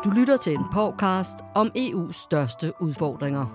Du lytter til en podcast om EU's største udfordringer.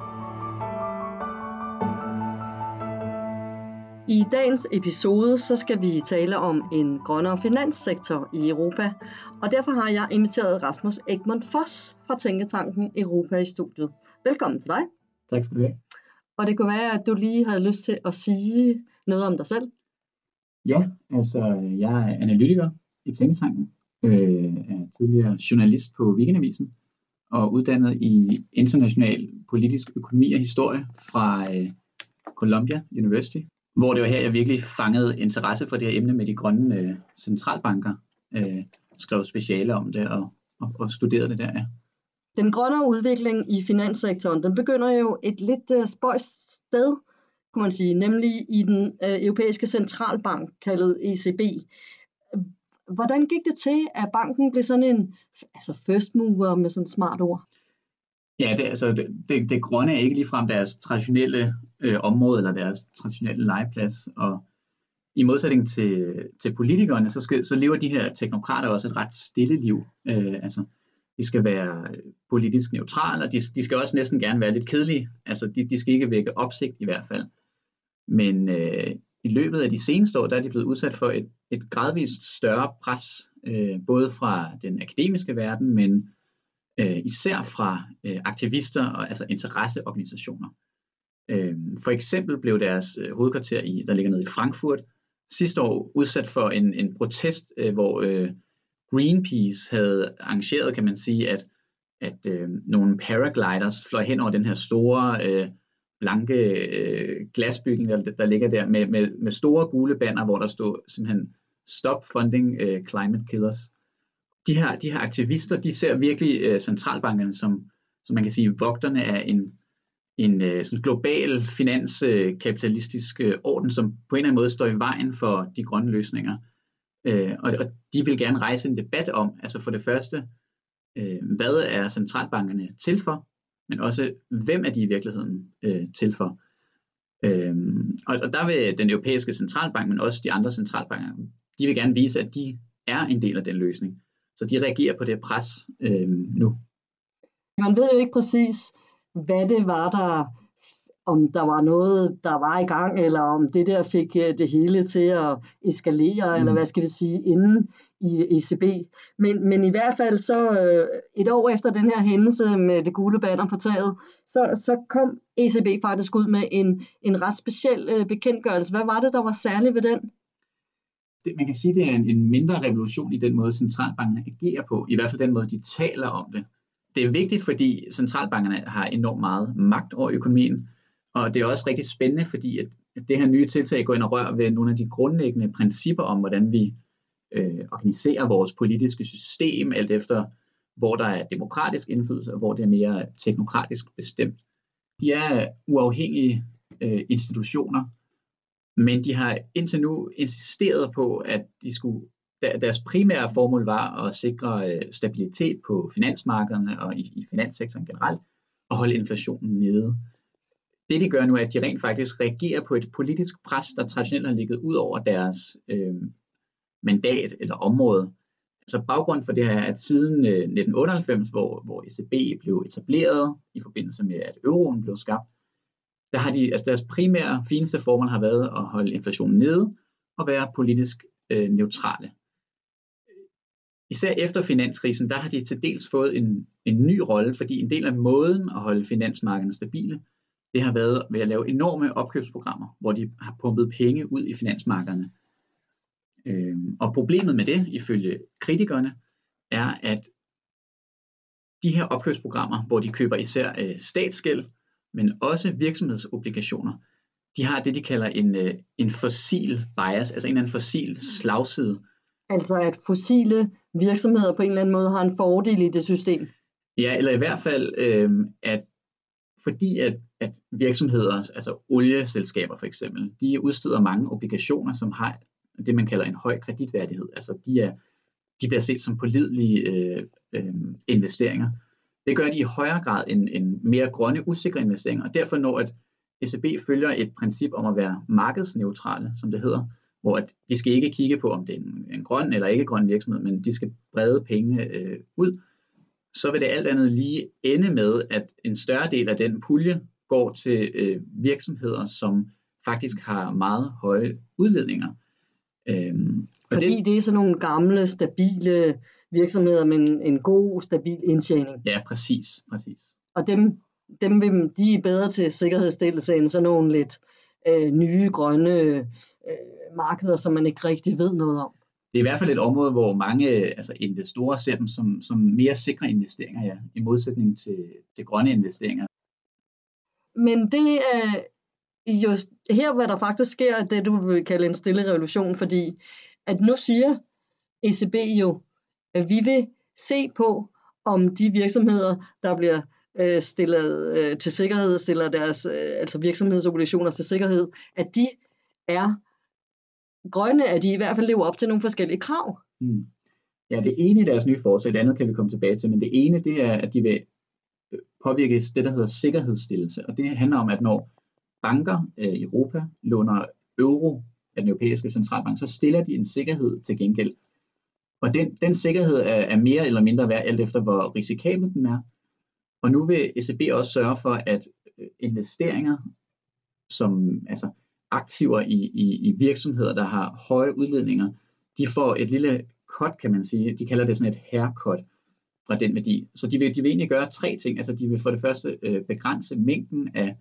I dagens episode så skal vi tale om en grønnere finanssektor i Europa, og derfor har jeg inviteret Rasmus Egmont Foss fra Tænketanken Europa i studiet. Velkommen til dig. Tak skal du have. Og det kunne være, at du lige havde lyst til at sige noget om dig selv. Ja, altså jeg er analytiker i Tænketanken, er tidligere journalist på Weekendavisen og uddannet i international politisk økonomi og historie fra Columbia University, hvor det var her, jeg virkelig fangede interesse for det her emne med de grønne centralbanker, skrev speciale om det og studerede det der, ja. Den grønne udvikling i finanssektoren, den begynder jo et lidt spøjst sted, kunne man sige, nemlig i den europæiske centralbank, kaldet ECB. Hvordan gik det til, at banken blev sådan en first mover med sådan et smart ord? Ja, det grønne er ikke ligefrem deres traditionelle område eller deres traditionelle legeplads, og i modsætning til politikerne, så lever de her teknokrater også et ret stille liv. De skal være politisk neutrale, og de skal også næsten gerne være lidt kedelige. De skal ikke vække opsigt i hvert fald. Men i løbet af de seneste år, der er de blevet udsat for et gradvist større pres, både fra den akademiske verden, men især fra aktivister og interesseorganisationer. For eksempel blev deres hovedkvarter, der ligger nede i Frankfurt, sidste år udsat for en protest, hvor Greenpeace havde arrangeret, kan man sige, at nogle paragliders fløj hen over den her store blanke glasbygning, der ligger der med store gule banner, hvor der stod simpelthen Stop Funding Climate Killers. De her aktivister, de ser virkelig centralbankerne som man kan sige, vogterne af en sådan global finanskapitalistisk orden, som på en eller anden måde står i vejen for de grønne løsninger. Og de vil gerne rejse en debat om, for det første, hvad er centralbankerne til for, men også, hvem er de i virkeligheden til for. Og der vil den europæiske centralbank, men også de andre centralbanker, de vil gerne vise, at de er en del af den løsning. Så de reagerer på det pres nu. Man ved jo ikke præcis, hvad det var, om der var noget, der var i gang, eller om det der fik det hele til at eskalere, eller hvad skal vi sige, inden i ECB. Men i hvert fald så et år efter den her hændelse med det gule banner på taget, så kom ECB faktisk ud med en ret speciel bekendtgørelse. Hvad var det, der var særligt ved den? Man kan sige, det er en mindre revolution i den måde, centralbankerne agerer på, i hvert fald den måde, de taler om det. Det er vigtigt, fordi centralbankerne har enormt meget magt over økonomien, og det er også rigtig spændende, fordi at det her nye tiltag går ind og rører ved nogle af de grundlæggende principper om, hvordan vi organiserer vores politiske system, alt efter hvor der er demokratisk indflydelse, og hvor det er mere teknokratisk bestemt. De er uafhængige institutioner, men de har indtil nu insisteret på, at deres primære formål var at sikre stabilitet på finansmarkederne og i finanssektoren generelt, og holde inflationen nede. Det de gør nu er, at de rent faktisk reagerer på et politisk pres, der traditionelt har ligget ud over deres mandat eller område. Baggrunden for det her er, at siden 1998, hvor ECB blev etableret i forbindelse med, at euroen blev skabt, der har deres primære, fineste formål har været at holde inflationen nede og være politisk neutrale. Især efter finanskrisen, der har de til dels fået en ny rolle, fordi en del af måden at holde finansmarkederne stabile, det har været ved at lave enorme opkøbsprogrammer, hvor de har pumpet penge ud i finansmarkederne. Og problemet med det, ifølge kritikerne, er, at de her opkøbsprogrammer, hvor de køber især statsgæld, men også virksomhedsobligationer, de har det, de kalder en fossil bias, altså en eller anden fossil slagside. Altså at fossile virksomheder på en eller anden måde har en fordel i det system? Ja, eller i hvert fald, at fordi at virksomheder, altså olieselskaber for eksempel, de udsteder mange obligationer, som har det, man kalder en høj kreditværdighed. Altså de bliver set som pålidelige investeringer. Det gør de i højere grad end mere grønne, usikre investeringer, og derfor når at ECB følger et princip om at være markedsneutrale, som det hedder, hvor at de skal ikke kigge på, om det er en grøn eller ikke grøn virksomhed, men de skal brede pengene ud. så vil det alt andet lige ende med, at en større del af den pulje går til virksomheder, som faktisk har meget høje udledninger. Fordi det er sådan nogle gamle, stabile virksomheder med en god, stabil indtjening. Ja, præcis. Og de er bedre til sikkerhedsstillelse end sådan nogle lidt nye, grønne markeder, som man ikke rigtig ved noget om. Det er i hvert fald et område, hvor mange investorer ser dem som mere sikre investeringer, ja, i modsætning til grønne investeringer. Men det er jo her, hvad der faktisk sker, det du vil kalde en stille revolution, fordi at nu siger ECB jo, at vi vil se på, om de virksomheder, der bliver stillet til sikkerhed, stiller deres altså virksomhedsobligationer til sikkerhed, at de er grønne, at de i hvert fald lever op til nogle forskellige krav. Ja, det ene i deres nye forslag, det andet kan vi komme tilbage til, men det ene, det er, at de vil påvirke det, der hedder sikkerhedsstillelse, og det handler om, at når banker i Europa låner euro af den europæiske centralbank, så stiller de en sikkerhed til gengæld. Og den sikkerhed er mere eller mindre værd, alt efter hvor risikabel den er. Og nu vil ECB også sørge for, at investeringer, som altså aktiver i virksomheder, der har høje udledninger, de får et lille cut, kan man sige. De kalder det sådan et haircut fra den værdi. Så de vil egentlig gøre 3 ting. Altså de vil for det første begrænse mængden af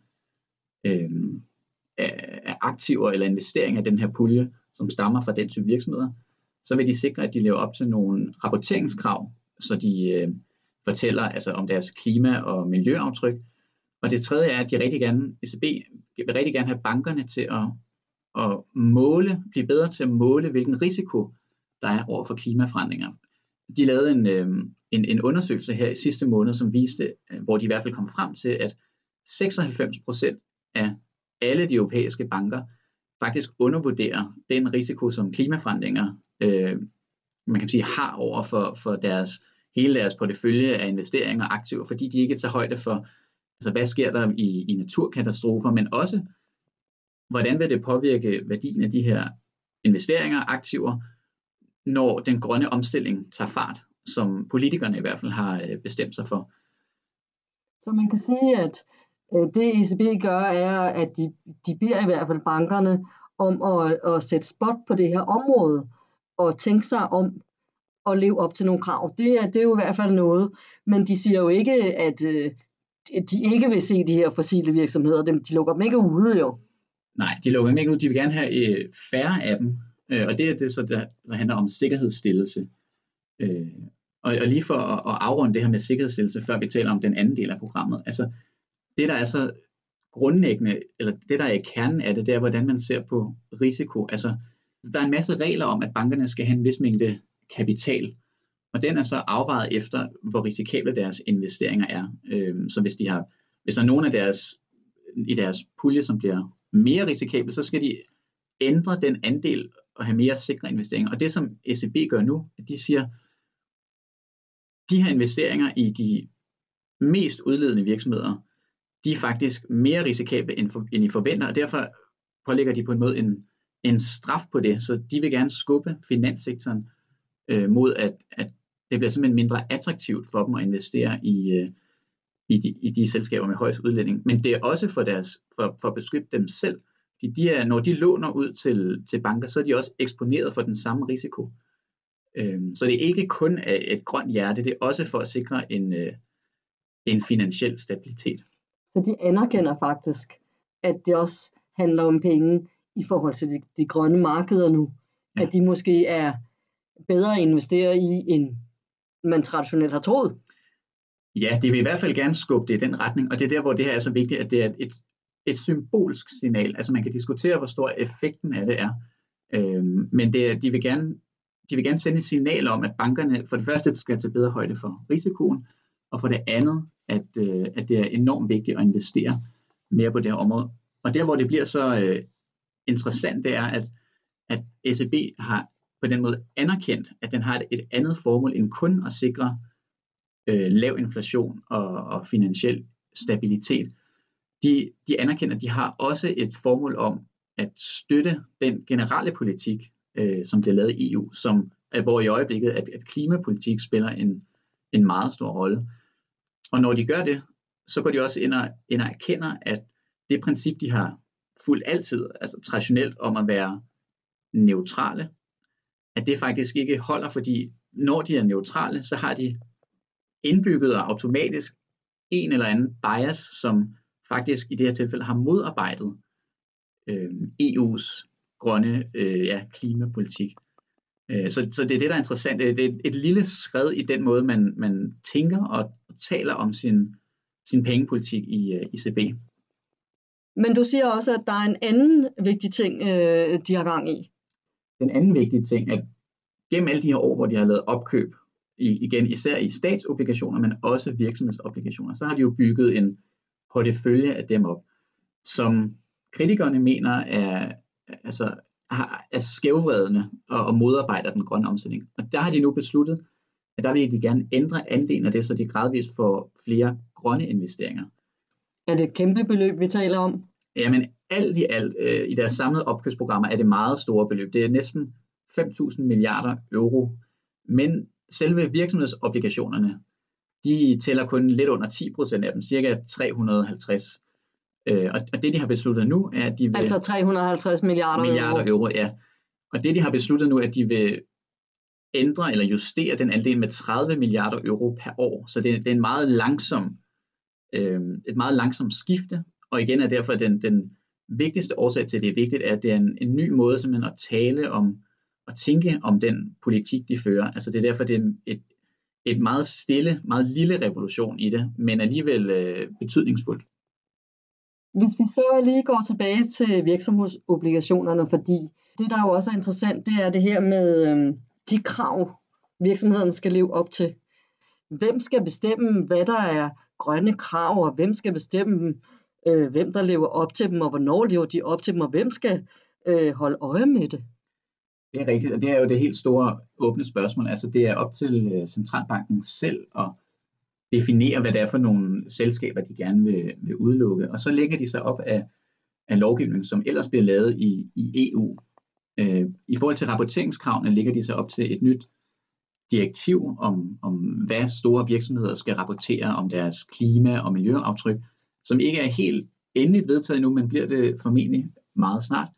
aktiver eller investeringer i den her pulje, som stammer fra den type virksomheder. Så vil de sikre, at de lever op til nogle rapporteringskrav, så de fortæller altså om deres klima- og miljøaftryk. Og det tredje er, at ECB vil rigtig gerne have bankerne til at blive bedre til at måle, hvilken risiko der er over for klimaforandringer. De lavede en undersøgelse her i sidste måned, som viste, hvor de i hvert fald kom frem til, at 96% af alle de europæiske banker faktisk undervurderer den risiko, som klimaforandringer man kan sige, har over for hele deres portefølje af investeringer og aktiver, fordi de ikke tager højde for, altså hvad sker der i naturkatastrofer, men også, hvordan vil det påvirke værdien af de her investeringer og aktiver, når den grønne omstilling tager fart, som politikerne i hvert fald har bestemt sig for. Så man kan sige, at det ECB gør, er, at de beder i hvert fald bankerne om at sætte spot på det her område, og tænke sig om at leve op til nogle krav. Det er jo i hvert fald noget, men de siger jo ikke, at de ikke vil se de her fossile virksomheder. De lukker dem ikke ude, jo. Nej, de lukker dem ikke ud. De vil gerne have færre af dem, og det er det, så der handler om sikkerhedsstillelse. Og lige for at afrunde det her med sikkerhedsstillelse, før vi taler om den anden del af programmet, altså det, der er så grundlæggende, eller det, der er i kernen af det, det er, hvordan man ser på risiko. Altså, der er en masse regler om, at bankerne skal have en vis mængde kapital, og den er så afvejet efter, hvor risikable deres investeringer er. Så hvis der er nogen af deres pulje, som bliver mere risikable, så skal de ændre den andel og have mere sikre investeringer. Og det, som ECB gør nu, de siger, de her investeringer i de mest udledende virksomheder, de er faktisk mere risikable, end I forventer, og derfor pålægger de på en måde en straf på det, så de vil gerne skubbe finanssektoren mod, at det bliver simpelthen mindre attraktivt for dem at investere i de selskaber med højst udledning. Men det er også for at beskytte dem selv. Når de låner ud til banker, så er de også eksponeret for den samme risiko. Så det er ikke kun et grønt hjerte, det er også for at sikre en finansiel stabilitet. Så de anerkender faktisk, at det også handler om penge i forhold til de grønne markeder nu. Ja. At de måske er bedre at investere i, end man traditionelt har troet. Ja, det vil i hvert fald gerne skubbe det i den retning, og det er der, hvor det her er så vigtigt, at det er et symbolsk signal. Altså man kan diskutere, hvor stor effekten af det er, men de vil gerne sende et signal om, at bankerne for det første skal tage bedre højde for risikoen, og for det andet, at det er enormt vigtigt at investere mere på det her område. Og der, hvor det bliver så interessant, det er, at ECB har på den måde anerkendt, at den har et andet formål end kun at sikre lav inflation og finansiel stabilitet. De anerkender, at de har også et formål om at støtte den generelle politik, som bliver lavet i EU, hvor i øjeblikket, at klimapolitik spiller en meget stor rolle. Og når de gør det, så går de også ind og erkender, at det princip, de har fulgt altid, altså traditionelt om at være neutrale, at det faktisk ikke holder, fordi når de er neutrale, så har de indbygget og automatisk en eller anden bias, som faktisk i det her tilfælde har modarbejdet EU's grønne klimapolitik. Så det er det, der er interessant. Det er et lille skred i den måde, man tænker og taler om sin pengepolitik i ECB. Men du siger også, at der er en anden vigtig ting, de har gang i. Den anden vigtige ting, at gennem alle de her år, hvor de har lavet opkøb, igen især i statsobligationer, men også virksomhedsobligationer, så har de jo bygget en portefølje af dem op, som kritikerne mener er skævvredende og modarbejder den grønne omstilling. Og der har de nu besluttet, at der vil de gerne ændre andelen af det, så de gradvist får flere grønne investeringer. Er det et kæmpe beløb, vi taler om? Jamen alt i deres samlede opkøbsprogrammer er det meget store beløb. Det er næsten 5.000 milliarder euro. Men selve virksomhedsobligationerne, de tæller kun lidt under 10% af dem, cirka 350. Og det de har besluttet nu er, at de vil... Altså 350 milliarder euro, ja. Og det de har besluttet nu, er, at de vil ændre eller justere den andel med 30 milliarder euro per år. Så det er en meget langsom, et meget langsomt skifte. Og igen er derfor den vigtigste årsag til, at det er vigtigt, at det er en ny måde simpelthen at tale om og tænke om den politik, de fører. Altså det er derfor, det er et meget stille, meget lille revolution i det, men alligevel betydningsfuldt. Hvis vi så lige går tilbage til virksomhedsobligationerne, fordi det, der jo også er interessant, det er det her med de krav, virksomheden skal leve op til. Hvem skal bestemme, hvad der er grønne krav, og hvem skal bestemme, hvem der lever op til dem, og hvornår lever de op til dem, og hvem skal holde øje med det? Det er rigtigt, og det er jo det helt store åbne spørgsmål. Altså det er op til centralbanken selv at definere, hvad det er for nogle selskaber, de gerne vil udelukke. Og så lægger de sig op af lovgivning, som ellers bliver lavet i EU. I forhold til rapporteringskravene ligger de sig op til et nyt direktiv om hvad store virksomheder skal rapportere om deres klima- og miljøaftryk, som ikke er helt endeligt vedtaget endnu, men bliver det formentlig meget snart.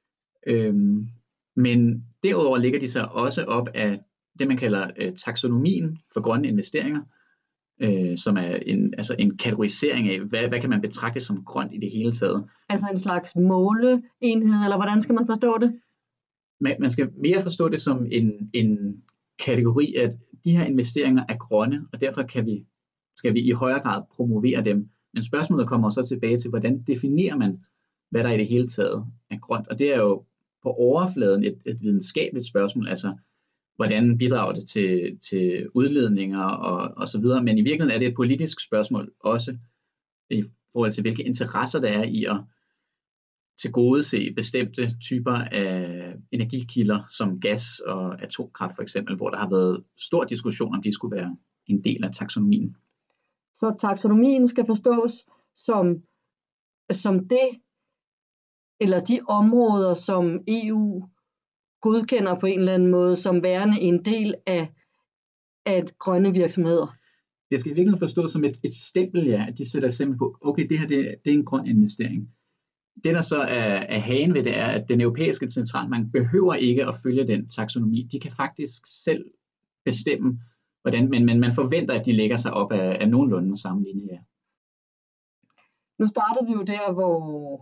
Men derudover ligger de sig også op af det, man kalder taksonomien for grønne investeringer, som er en kategorisering af, hvad kan man betragte som grønt i det hele taget. Altså en slags måleenhed, eller hvordan skal man forstå det? Man skal mere forstå det som en kategori, at de her investeringer er grønne, og derfor skal vi i højere grad promovere dem. Men spørgsmålet kommer så tilbage til, hvordan definerer man, hvad der i det hele taget er grønt. Og det er jo på overfladen et videnskabeligt spørgsmål, altså hvordan bidrager det til udledninger og så videre. Men i virkeligheden er det et politisk spørgsmål også i forhold til, hvilke interesser der er i at tilgodese bestemte typer af energikilder som gas og atomkraft for eksempel, hvor der har været stor diskussion om de skulle være en del af taksonomien. Så taksonomien skal forstås som det, eller de områder, som EU godkender på en eller anden måde, som værende en del af grønne virksomheder. Det skal virkelig forstås som et stempel, ja, at de sætter simpelthen på, okay, det her det er en grøn investering. Det der så er hagen ved det er, at den europæiske centralbank behøver ikke at følge den taksonomi. De kan faktisk selv bestemme, hvordan, men man forventer, at de lægger sig op af nogenlunde samme linje. Ja. Nu startede vi jo der, hvor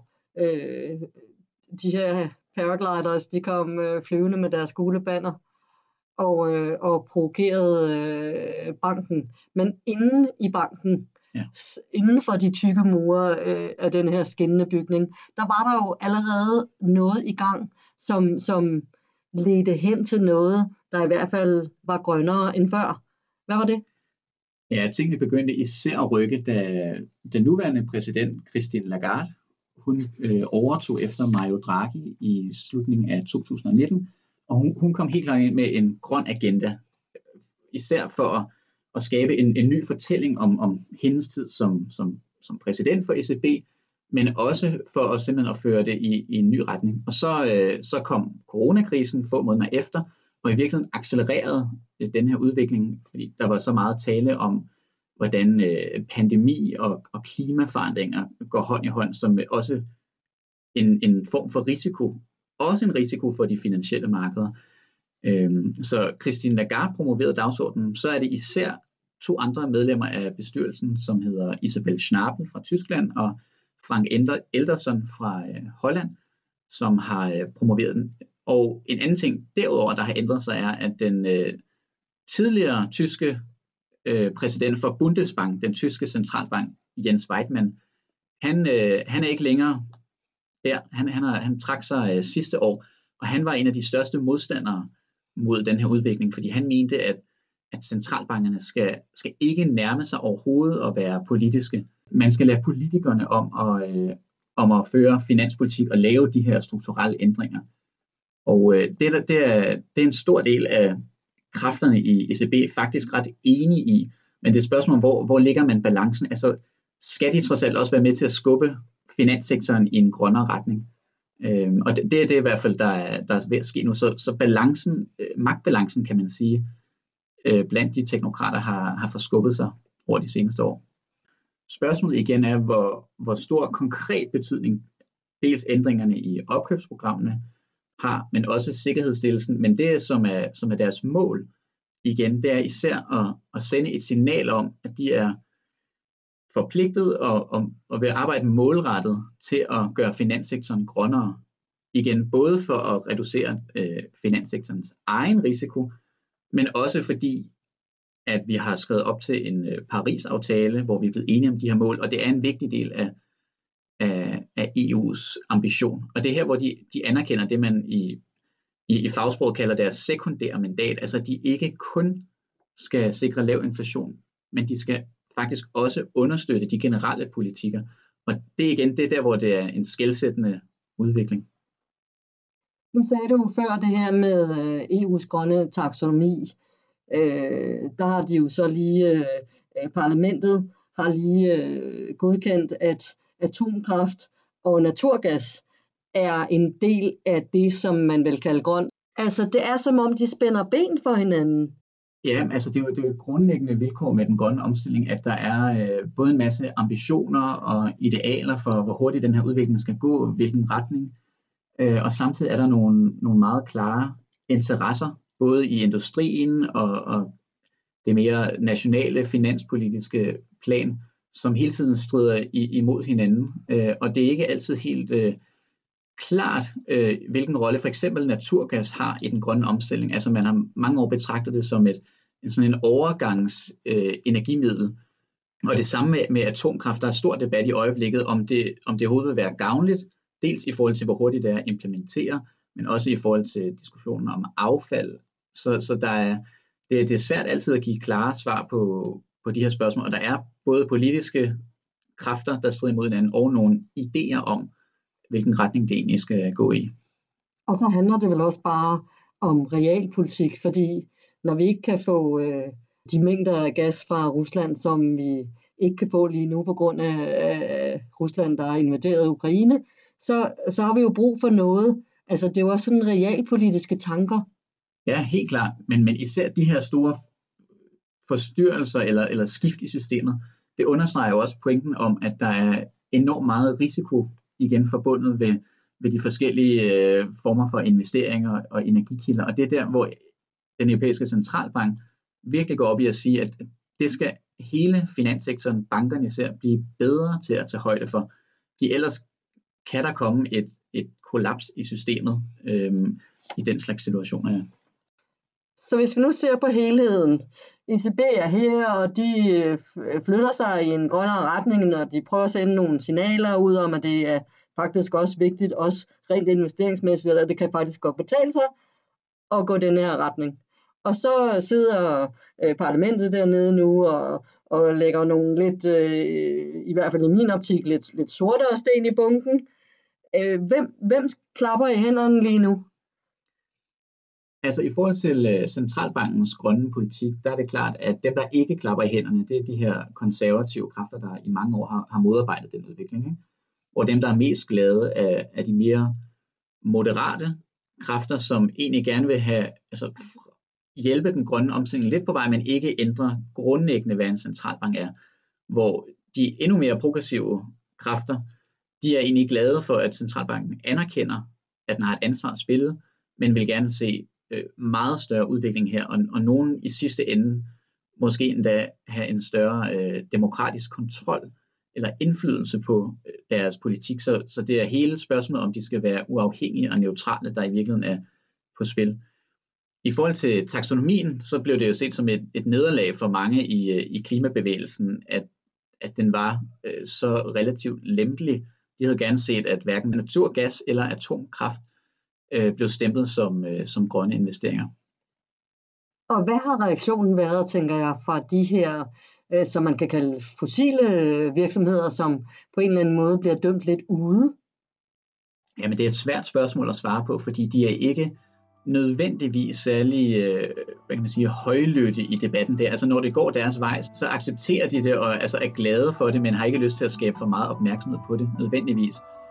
de her paragliders, de kom flyvende med deres gule banner og provokerede banken. Men inde i banken, inden for de tykke mure af den her skinnende bygning, der var der jo allerede noget i gang, som ledte hen til noget, der i hvert fald var grønnere end før. Hvad var det? Ja, tingene begyndte især at rykke, da den nuværende præsident, Christine Lagarde, hun overtog efter Mario Draghi i slutningen af 2019, og hun kom helt klart ind med en grøn agenda, især for at skabe en ny fortælling om hendes tid som præsident for ECB, men også for simpelthen at føre det i en ny retning. Og så kom coronakrisen få måneder efter, og i virkeligheden accelererede den her udvikling, fordi der var så meget tale om, hvordan pandemi og klimaforandringer går hånd i hånd, som også en form for risiko, også en risiko for de finansielle markeder. Så Christine Lagarde promoverede dagsordenen, så er det især 2 andre medlemmer af bestyrelsen, som hedder Isabel Schnabel fra Tyskland og Frank Elderson fra Holland, som har promoveret den. Og en anden ting derudover, der har ændret sig, er, at den tidligere tyske præsident for Bundesbank, den tyske centralbank, Jens Weidmann, han er ikke længere der. Han trak sig sidste år, og han var en af de største modstandere mod den her udvikling, fordi han mente, at centralbankerne skal ikke nærme sig overhovedet at være politiske. Man skal lade politikerne om at føre finanspolitik og lave de her strukturelle ændringer. Og det er en stor del af kræfterne i ECB faktisk ret enige i, men det er et spørgsmål om, hvor ligger man balancen? Altså, skal de trods alt også være med til at skubbe finanssektoren i en grønnere retning? Og det er det i hvert fald, der er ved at ske nu. Så balancen, magtbalancen kan man sige, blandt de teknokrater har forskubbet sig over de seneste år. Spørgsmålet igen er, hvor stor konkret betydning dels ændringerne i opkøbsprogrammene har, men også sikkerhedsstillelsen. Men det, som er deres mål, igen, det er især at sende et signal om, at de er forpligtet og vil arbejde målrettet til at gøre finanssektoren grønnere. Igen, både for at reducere finanssektorens egen risiko, men også fordi, at vi har skrevet op til en Paris-aftale, hvor vi er blevet enige om de her mål, og det er en vigtig del af EU's ambition. Og det er her, hvor de anerkender det, man i fagsproget kalder deres sekundære mandat, altså at de ikke kun skal sikre lav inflation, men de skal faktisk også understøtte de generelle politikker. Og det er der, hvor det er en skelsættende udvikling. Nu sagde du før det her med EU's grønne taksonomi. Der har de jo så lige, parlamentet har lige godkendt, at atomkraft og naturgas er en del af det, som man vil kalde grøn. Altså det er som om, de spænder ben for hinanden. Ja, altså det er jo et grundlæggende vilkår med den grønne omstilling, at der er både en masse ambitioner og idealer for, hvor hurtigt den her udvikling skal gå, hvilken retning. Og samtidig er der nogle meget klare interesser, både i industrien og det mere nationale finanspolitiske plan, som hele tiden strider imod hinanden. Og det er ikke altid helt klart, hvilken rolle for eksempel naturgas har i den grønne omstilling. Altså man har mange år betragtet det som sådan en overgangs energimiddel. Og det samme med atomkraft. Der er stor debat i øjeblikket, om det overhovedet vil være gavnligt, dels i forhold til, hvor hurtigt det er at implementere, men også i forhold til diskussionen om affald. Så det er svært altid at give klare svar på de her spørgsmål, og der er både politiske kræfter, der strider imod hinanden, og nogle idéer om, hvilken retning det egentlig skal gå i. Og så handler det vel også bare om realpolitik, fordi når vi ikke kan få de mængder af gas fra Rusland, som vi ikke kan få lige nu på grund af Rusland, der har invaderet Ukraine, så har vi jo brug for noget. Altså det er jo også sådan realpolitiske tanker. Ja, helt klart. Men især de her store forstyrrelser eller skift i systemet, det understreger jo også pointen om, at der er enormt meget risiko igen forbundet ved de forskellige former for investeringer og energikilder. Og det er der, hvor den europæiske centralbank virkelig går op i at sige, at det skal hele finanssektoren, bankerne især, blive bedre til at tage højde for. Ellers kan der komme et kollaps i systemet i den slags situationer. Ja. Så hvis vi nu ser på helheden, ECB er her, og de flytter sig i en grønnere retning, når de prøver at sende nogle signaler ud om, at det er faktisk også vigtigt, også rent investeringsmæssigt, at det kan faktisk godt betale sig at gå den her retning. Og så sidder parlamentet dernede nu og lægger nogle lidt, i hvert fald i min optik, lidt sortere sten i bunken. Hvem klapper i hænderne lige nu? Altså i forhold til centralbankens grønne politik, der er det klart, at dem, der ikke klapper i hænderne, det er de her konservative kræfter, der i mange år har modarbejdet den udvikling. Ikke? Og dem, der er mest glade, er de mere moderate kræfter, som egentlig gerne vil have, hjælpe den grønne omstilling lidt på vej, men ikke ændre grundlæggende, hvad en centralbank er. Hvor de endnu mere progressive kræfter, de er egentlig glade for, at centralbanken anerkender, at den har et ansvar at spille, men vil gerne se meget større udvikling her, og nogen i sidste ende måske endda have en større demokratisk kontrol eller indflydelse på deres politik. Så det er hele spørgsmålet, om de skal være uafhængige og neutrale, der i virkeligheden er på spil. I forhold til taksonomien, så blev det jo set som et nederlag for mange i klimabevægelsen, at den var så relativt lempelig. De havde gerne set, at hverken naturgas eller atomkraft blev stemplet som grønne investeringer. Og hvad har reaktionen været, tænker jeg, fra de her, som man kan kalde fossile virksomheder, som på en eller anden måde bliver dømt lidt ude? Jamen det er et svært spørgsmål at svare på, fordi de er ikke nødvendigvis særlig højlydte i debatten der. Altså når det går deres vej, så accepterer de det og er glade for det, men har ikke lyst til at skabe for meget opmærksomhed på det nødvendigvis.